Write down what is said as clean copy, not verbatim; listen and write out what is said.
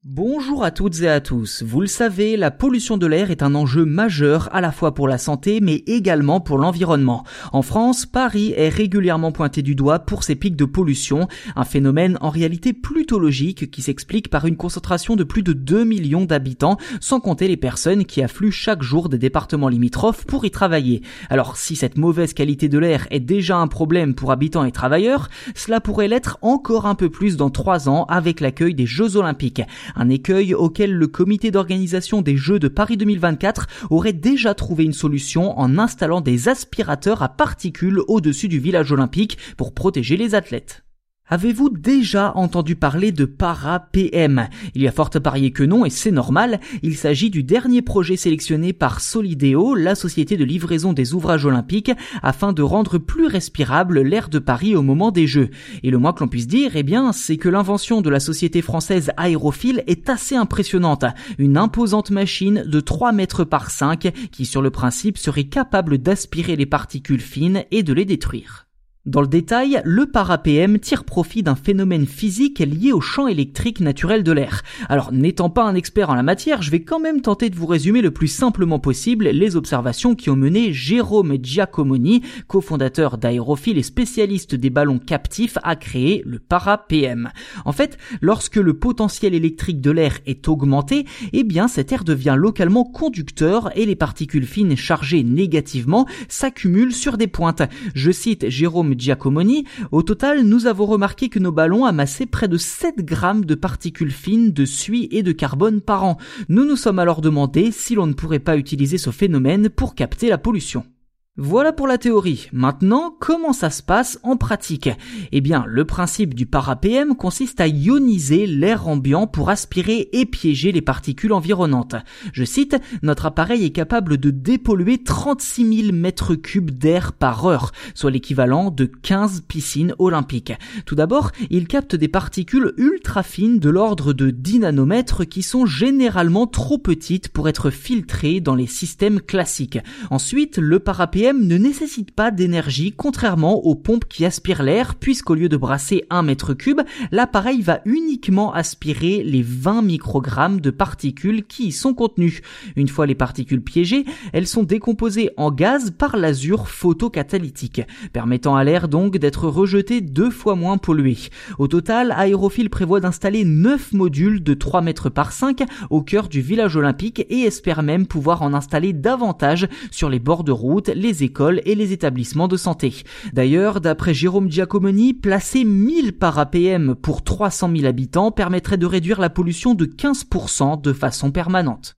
Bonjour à toutes et à tous. Vous le savez, la pollution de l'air est un enjeu majeur à la fois pour la santé mais également pour l'environnement. En France, Paris est régulièrement pointé du doigt pour ses pics de pollution, un phénomène en réalité plutôt logique qui s'explique par une concentration de plus de 2 millions d'habitants, sans compter les personnes qui affluent chaque jour des départements limitrophes pour y travailler. Alors si cette mauvaise qualité de l'air est déjà un problème pour habitants et travailleurs, cela pourrait l'être encore un peu plus dans 3 ans avec l'accueil des Jeux Olympiques. Un écueil auquel le comité d'organisation des Jeux de Paris 2024 aurait déjà trouvé une solution en installant des aspirateurs à particules au-dessus du village olympique pour protéger les athlètes. Avez-vous déjà entendu parler de Para-PM ? Il y a fort à parier que non, et c'est normal. Il s'agit du dernier projet sélectionné par Solideo, la société de livraison des ouvrages olympiques, afin de rendre plus respirable l'air de Paris au moment des Jeux. Et le moins que l'on puisse dire, c'est que l'invention de la société française Aérophile est assez impressionnante. Une imposante machine de 3 mètres par 5 qui, sur le principe, serait capable d'aspirer les particules fines et de les détruire. Dans le détail, le Para-PM tire profit d'un phénomène physique lié au champ électrique naturel de l'air. Alors, n'étant pas un expert en la matière, je vais quand même tenter de vous résumer le plus simplement possible les observations qui ont mené Jérôme Giacomoni, cofondateur d'Aérophile et spécialiste des ballons captifs, à créer le Para-PM. En fait, lorsque le potentiel électrique de l'air est augmenté, cet air devient localement conducteur et les particules fines chargées négativement s'accumulent sur des pointes. Je cite Jérôme Giacomoni, au total, nous avons remarqué que nos ballons amassaient près de 7 grammes de particules fines de suie et de carbone par an. Nous nous sommes alors demandé si l'on ne pourrait pas utiliser ce phénomène pour capter la pollution. Voilà pour la théorie. Maintenant, comment ça se passe en pratique ? Le principe du Para-PM consiste à ioniser l'air ambiant pour aspirer et piéger les particules environnantes. Je cite, « Notre appareil est capable de dépolluer 36 000 mètres cubes d'air par heure, soit l'équivalent de 15 piscines olympiques. » Tout d'abord, il capte des particules ultra fines de l'ordre de 10 nanomètres qui sont généralement trop petites pour être filtrées dans les systèmes classiques. Ensuite, le Para-PM ne nécessite pas d'énergie contrairement aux pompes qui aspirent l'air puisqu'au lieu de brasser 1 mètre cube, l'appareil va uniquement aspirer les 20 microgrammes de particules qui y sont contenues. Une fois les particules piégées, elles sont décomposées en gaz par l'azur photocatalytique, permettant à l'air donc d'être rejeté 2 fois moins pollué. Au total, Aérophile prévoit d'installer 9 modules de 3 mètres par 5 au cœur du village olympique et espère même pouvoir en installer davantage sur les bords de route, les écoles et les établissements de santé. D'ailleurs, d'après Jérôme Giacomoni, placer 1000 Para-PM pour 300 000 habitants permettrait de réduire la pollution de 15% de façon permanente.